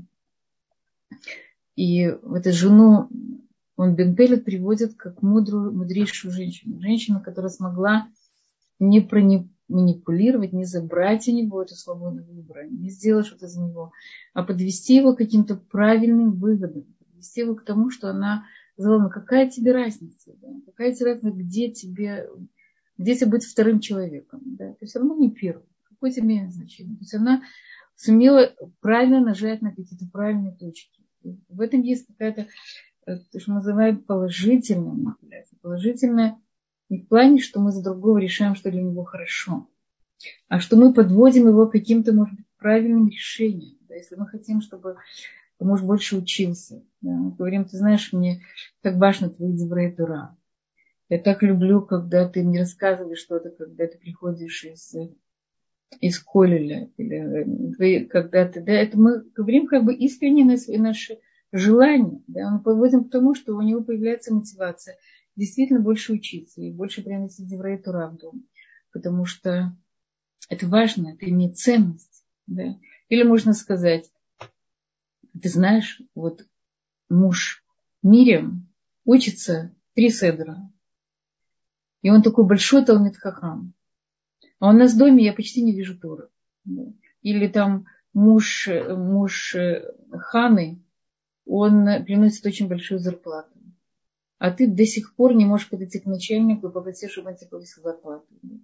И эту жену Он бен Пелет приводит как мудрую, мудрейшую женщину. Женщину, которая смогла не манипулировать, не забрать у него эту свободу выбора, не сделать что-то за него, а подвести его к каким-то правильным выводам, подвести его к тому, что она сказала, ну какая тебе разница, да? Какая тебе разница, где тебе, где тебе быть вторым человеком, да? Ты все равно не первый. Какое тебе имеет значение? То есть она сумела правильно нажать на какие-то правильные точки. И в этом есть какая-то, то, что мы называем положительная манипуляция. Положительная не в плане, что мы за другого решаем, что для него хорошо, а что мы подводим его к каким-то, может быть, правильным решениям. Да, если мы хотим, чтобы муж больше учился. Да, мы говорим, ты знаешь, мне так важно твои деврей Тора. Я так люблю, когда ты мне рассказываешь что-то, когда ты приходишь из, из колледжа, или когда ты, да, это мы говорим как бы искренне наши желания, да, мы подводим к тому, что у него появляется мотивация действительно больше учиться и больше приносить деврей Тора в дом, потому что это важно, это имеет ценность, да. Или можно сказать, ты знаешь, вот муж Мирьям учится три седра, и он такой большой талмид хахам. А у нас в доме я почти не вижу Торы. Или там муж, муж Ханы, он приносит очень большую зарплату. А ты до сих пор не можешь подойти к начальнику и попросить, чтобы он тебе повысил зарплату.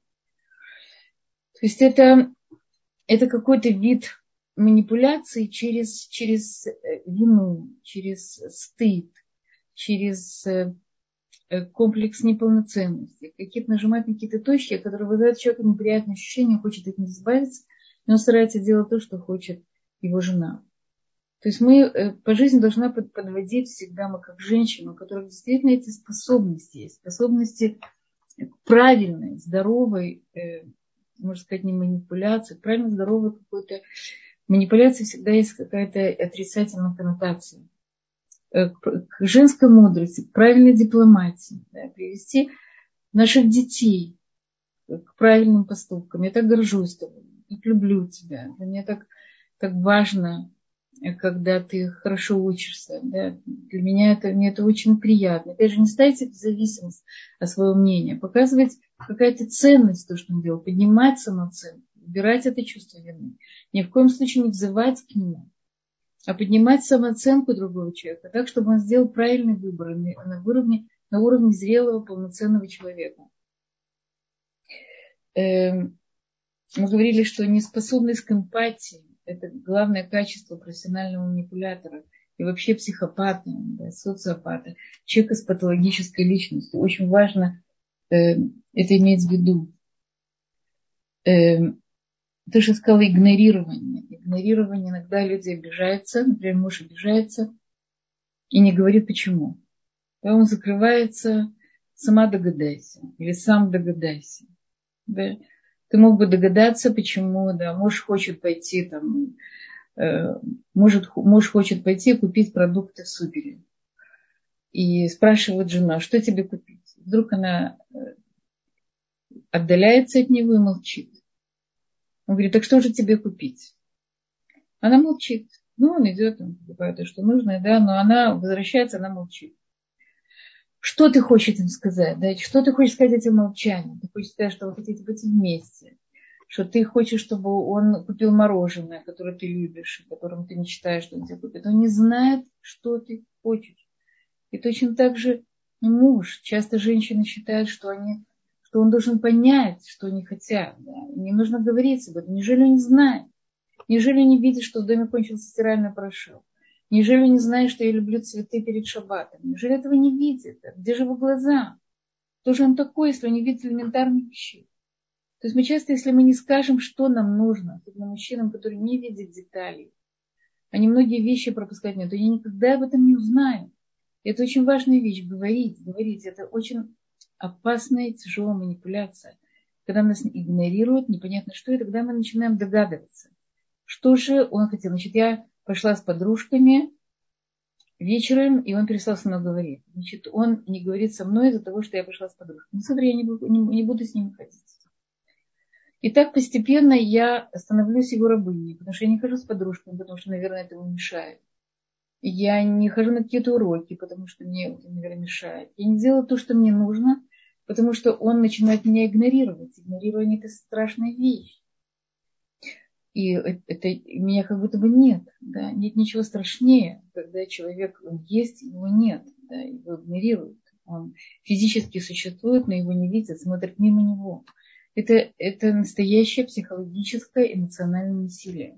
То есть это, это какой-то вид манипуляции через, через вину, через стыд, через комплекс неполноценности, какие-то нажимать на какие-то точки, которые вызывают человеку неприятные ощущения, хочет от них избавиться, но он старается делать то, что хочет его жена. То есть мы по жизни должны подводить всегда, мы как женщины, у которых действительно эти способности есть, способности правильной, здоровой, можно сказать, не манипуляции, правильно здоровой какой-то манипуляции всегда есть какая-то отрицательная коннотация. К женской мудрости, к правильной дипломатии, да, привести наших детей к правильным поступкам. Я так горжусь тобой, я так люблю тебя. Для меня так, так важно, когда ты хорошо учишься. Да. Для меня это, мне это очень приятно. Опять же, не ставить в зависимость от своего мнения, показывать какая-то ценность, то, что он делал, поднимать самооценку, убирать это чувство вины. Ни в коем случае не взывать к нему, а поднимать самооценку другого человека так, чтобы он сделал правильный выбор на уровне, на уровне зрелого, полноценного человека. Мы говорили, что неспособность к эмпатии – это главное качество профессионального манипулятора и вообще психопата, да, социопата, человека с патологической личностью. Очень важно это иметь в виду. Ты же сказала игнорирование. Игнорирование, иногда люди обижаются, например, муж обижается и не говорит почему. Да, он закрывается, сама догадайся, или сам догадайся. Да? Ты мог бы догадаться, почему, да, муж хочет пойти там, э, может, муж хочет пойти купить продукты в супере. И спрашивает жена, что тебе купить? Вдруг она отдаляется от него и молчит. Он говорит, так что же тебе купить? Она молчит. Ну, он идет, он покупает то, что нужно, да, но она возвращается, она молчит. Что ты хочешь им сказать? Да? Что ты хочешь сказать этим молчанием? Ты хочешь сказать, что вы хотите быть вместе, что ты хочешь, чтобы он купил мороженое, которое ты любишь, которым ты мечтаешь, что он тебе купит. Он не знает, что ты хочешь. И точно так же муж. Часто женщины считают, что, они, что он должен понять, что они хотят. Да? Не нужно говорить об этом. Неужели он не знает? Неужели не видит, что в доме кончился стиральный порошок? Неужели не знает, что я люблю цветы перед шаббатом? Неужели этого не видит? Где же его глаза? Кто же он такой, если он не видит элементарных вещей? То есть мы часто, если мы не скажем, что нам нужно, особенно мужчинам, которые не видят деталей, они многие вещи пропускать нет, то они никогда об этом не узнают. И это очень важная вещь, говорить, говорить. Это очень опасная, тяжелая манипуляция. Когда нас игнорируют, непонятно что, и тогда мы начинаем догадываться. Что же он хотел? Значит, я пошла с подружками вечером, и он перестал со мной говорить. Значит, он не говорит со мной из-за того, что я пошла с подружками. Ну, смотри, я не буду, не, не буду с ним ходить. И так постепенно я становлюсь его рабыней, потому что я не хожу с подружками, потому что, наверное, это ему мешает. Я не хожу на какие-то уроки, потому что мне это, наверное, мешает. Я не делаю то, что мне нужно, потому что он начинает меня игнорировать. Игнорирование – это страшная вещь. И это меня как будто бы нет. Да? Нет ничего страшнее, когда человек есть, его нет, да? Его игнорируют. Он физически существует, но его не видят, смотрят мимо него. Это, это настоящее психологическое, эмоциональное насилие.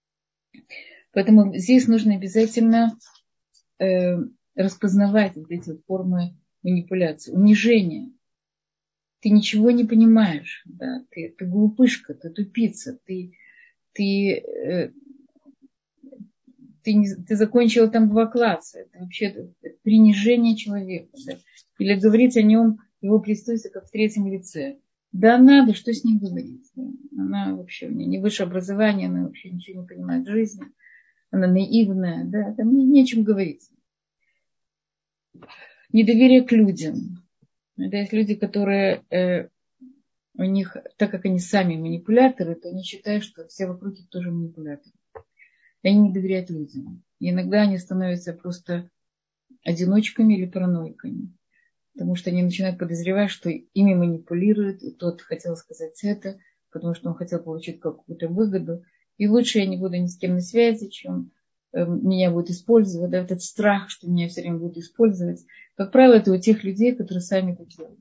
Поэтому здесь нужно обязательно э, распознавать вот эти вот формы манипуляции. Унижение. Ты ничего не понимаешь. Да? Ты, ты глупышка, ты тупица, ты... Ты, э, ты, не, ты закончила там два класса. Это вообще это принижение человека. Да? Или говорить о нем, его присутствии, как в третьем лице. Да надо, что с ней говорить? Да? Она вообще, у нее не высшее образование, она вообще ничего не понимает в жизни. Она наивная, да, там не, не о чем говорить. Недоверие к людям. Это есть люди, которые... Э, у них, так как они сами манипуляторы, то они считают, что все вокруг их тоже манипуляторы. И они не доверяют людям. И иногда они становятся просто одиночками или параноиками. Потому что они начинают подозревать, что ими манипулируют, и тот хотел сказать это, потому что он хотел получить какую-то выгоду. И лучше я не буду ни с кем на связи, чем э, меня будут использовать. Да, этот страх, что меня все время будут использовать. Как правило, это у тех людей, которые сами это делают.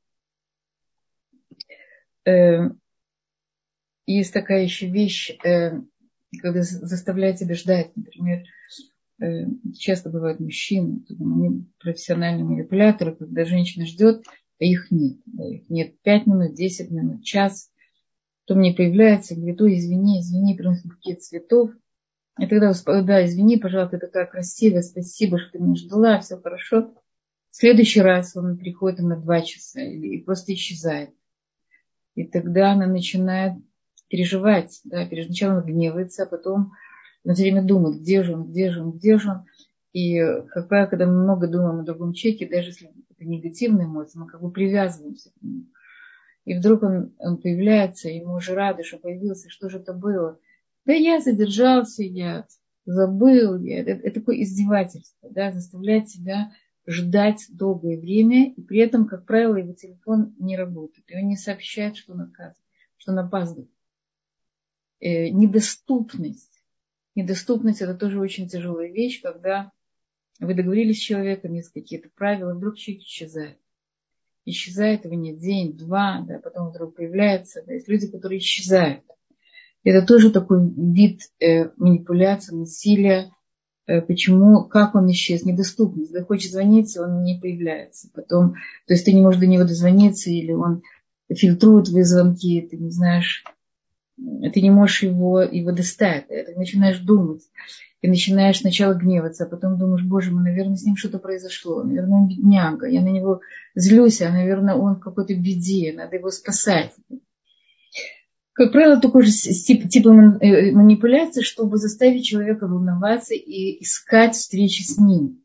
Э, есть такая еще вещь, э, когда заставляет тебя ждать, например, часто бывают мужчины, они профессиональные манипуляторы, когда женщина ждет, а их нет. Их нет пять минут, десять минут, час. Потом не появляется, говорит, ой, извини, извини, приносит букет цветов. И тогда, да, извини, пожалуйста, ты такая красивая, спасибо, что ты меня ждала, все хорошо. В следующий раз он приходит на два часа и просто исчезает. И тогда она начинает переживать. Да, сначала она гневается, а потом она все время думает, где же он, где же он, где же он. И, как правило, когда мы много думаем о другом человеке, даже если это негативные эмоции, мы как бы привязываемся к нему. И вдруг он, он появляется, и мы уже рады, что появился, что же это было. Да я задержался, я забыл. Я, это, это такое издевательство, да, заставлять себя ждать долгое время, и при этом, как правило, его телефон не работает. И он не сообщает, что он оказывает, что он опаздывает. Э, недоступность. Недоступность – это тоже очень тяжелая вещь, когда вы договорились с человеком, есть какие-то правила, вдруг человек исчезает. Исчезает его не день, два, да, потом вдруг появляется. Да, есть люди, которые исчезают. Это тоже такой вид э, манипуляции, насилия. Э, почему, как он исчез? Недоступность. Когда хочешь звонить, он не появляется. Потом, то есть ты не можешь до него дозвониться, или он фильтрует твои звонки, ты не знаешь, ты не можешь его, его достать. Ты начинаешь думать. Ты начинаешь сначала гневаться, а потом думаешь, боже мой, наверное, с ним что-то произошло. Наверное, он бедняга. Я на него злюсь, а, наверное, он в какой-то беде. Надо его спасать. Как правило, такой же тип, тип манипуляции, чтобы заставить человека волноваться и искать встречи с ним.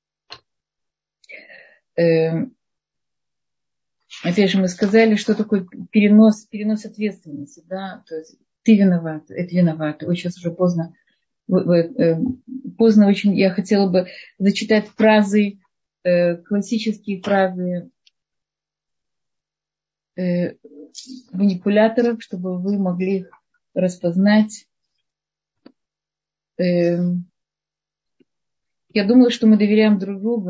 Опять же, мы сказали, что такое перенос, перенос ответственности. Да? То есть ты виноват, это виноват. Ой, сейчас уже поздно. Поздно очень. Я хотела бы зачитать фразы, классические фразы манипуляторов, чтобы вы могли их распознать. Я думала, что мы доверяем друг другу,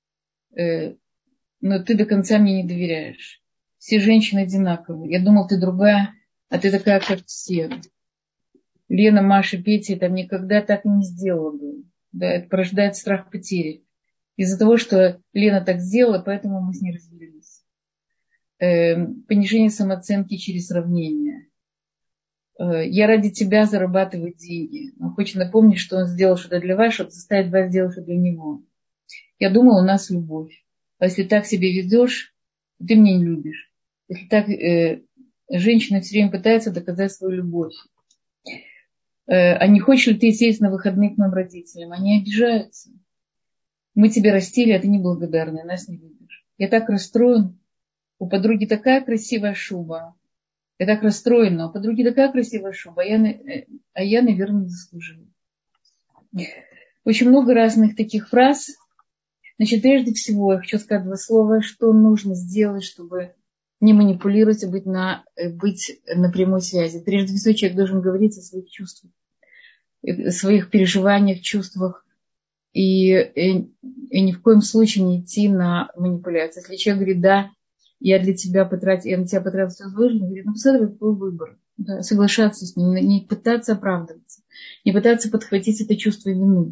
но ты до конца мне не доверяешь. Все женщины одинаковые. Я думала, ты другая, а ты такая, как все. Лена, Маша, Петя там никогда так и не сделала бы. Да, это порождает страх потери. Из-за того, что Лена так сделала, поэтому мы с ней развелись. Понижение самооценки через сравнение. Я ради тебя зарабатываю деньги. Он хочет напомнить, что он сделал что-то для вас, чтобы заставить вас сделать что-то для него. Я думала, у нас любовь. А если так себя ведешь, ты меня не любишь. Если так, э, женщина все время пытается доказать свою любовь. Э, а не хочешь ли ты сесть на выходные к моим родителям? Они обижаются. Мы тебя растили, а ты неблагодарная, нас не любишь. Я так расстроен. У подруги такая красивая шуба. Я так расстроена. У подруги такая красивая шуба, а я, а я наверное, не заслужила. Очень много разных таких фраз. Значит, прежде всего, я хочу сказать два слова, что нужно сделать, чтобы не манипулировать, а быть на, быть на прямой связи. Прежде всего, человек должен говорить о своих чувствах, о своих переживаниях, чувствах. И, и, и ни в коем случае не идти на манипуляцию. Если человек говорит, да, я для тебя потратил, я на тебя потратил все сложно, говорит, ну, посмотри, твой выбор. Да, соглашаться с ним, не пытаться оправдываться, не пытаться подхватить это чувство вины.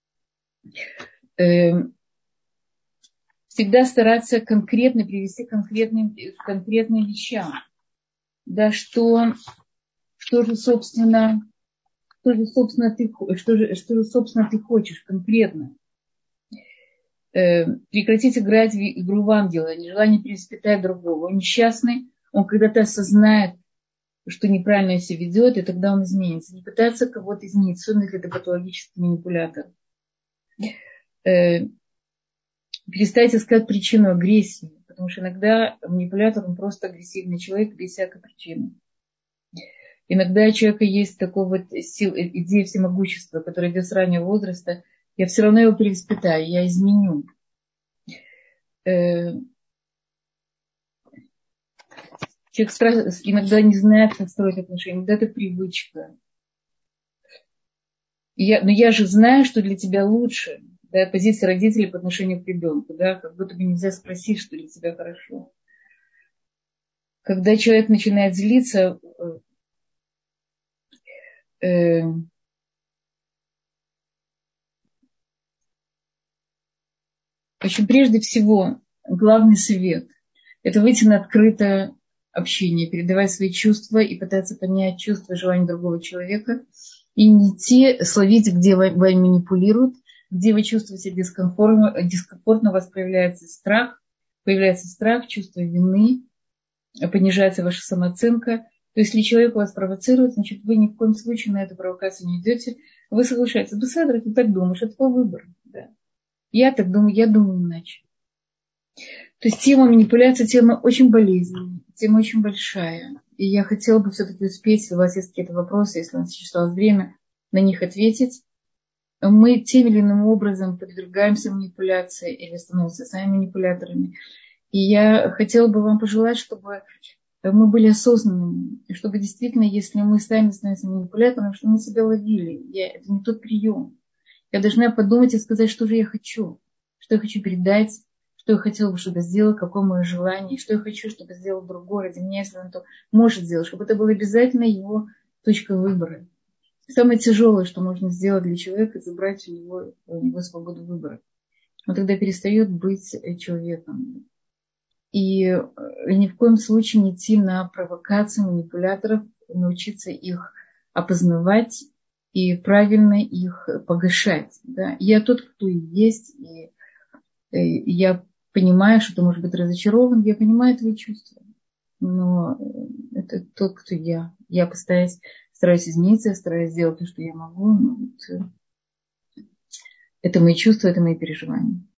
Всегда стараться конкретно привести к конкретным, конкретным вещам. Да, что, что же, собственно, что же, собственно, ты, что же, что же, собственно, ты хочешь конкретно. Э, прекратить играть в игру в ангела, нежелание перевоспитать другого. Он несчастный, он когда-то осознает, что неправильно себя ведет, и тогда он изменится. Не пытаться кого-то изменить, особенно если это патологический манипулятор. Э, перестать искать причину агрессии, потому что иногда манипулятор, он просто агрессивный человек без всякой причины. Иногда у человека есть такой вот сил, идея всемогущества, которая идет с раннего возраста. Я все равно его перевоспитаю, я изменю. Человек иногда не знает, как строить отношения, иногда это привычка. Я, но я же знаю, что для тебя лучше. Да, позиция родителей по отношению к ребенку. Да, как будто бы нельзя спросить, что для тебя хорошо. Когда человек начинает злиться, э, в общем, прежде всего, главный совет – это выйти на открытое общение, передавать свои чувства и пытаться понять чувства и желания другого человека. И не идти словить, где вами манипулируют, где вы чувствуете себя дискомфортно, дискомфортно, у вас появляется страх, появляется страх, чувство вины, понижается ваша самооценка. То есть, если человек вас провоцирует, значит, вы ни в коем случае на эту провокацию не идете, вы соглашаетесь. Беседра, ты так думаешь, это твой выбор. Да. Я так думаю, я думаю иначе. То есть тема манипуляции, тема очень болезненная, тема очень большая. И я хотела бы все-таки успеть, если у вас есть какие-то вопросы, если у нас сейчас осталось время, на них ответить. Мы тем или иным образом подвергаемся манипуляции или становимся сами манипуляторами. И я хотела бы вам пожелать, чтобы мы были осознанными, и чтобы действительно, если мы сами становимся манипуляторами, чтобы мы себя ловили. Я, это не тот прием. Я должна подумать и сказать, что же я хочу, что я хочу передать, что я хотела бы, чтобы сделал, какое мое желание, что я хочу, чтобы сделал другой ради меня, если он то может сделать, чтобы это было обязательно его точка выбора. Самое тяжелое, что можно сделать для человека, забрать у него, у него свободу выбора. Он тогда перестает быть человеком. И ни в коем случае не идти на провокации манипуляторов, научиться их опознавать и правильно их погашать. Да? Я тот, кто и есть, и, и я понимаю, что ты можешь быть разочарован, я понимаю твои чувства, но это тот, кто я. Я постараюсь, стараюсь измениться, стараюсь сделать то, что я могу. Но вот, э, это мои чувства, это мои переживания.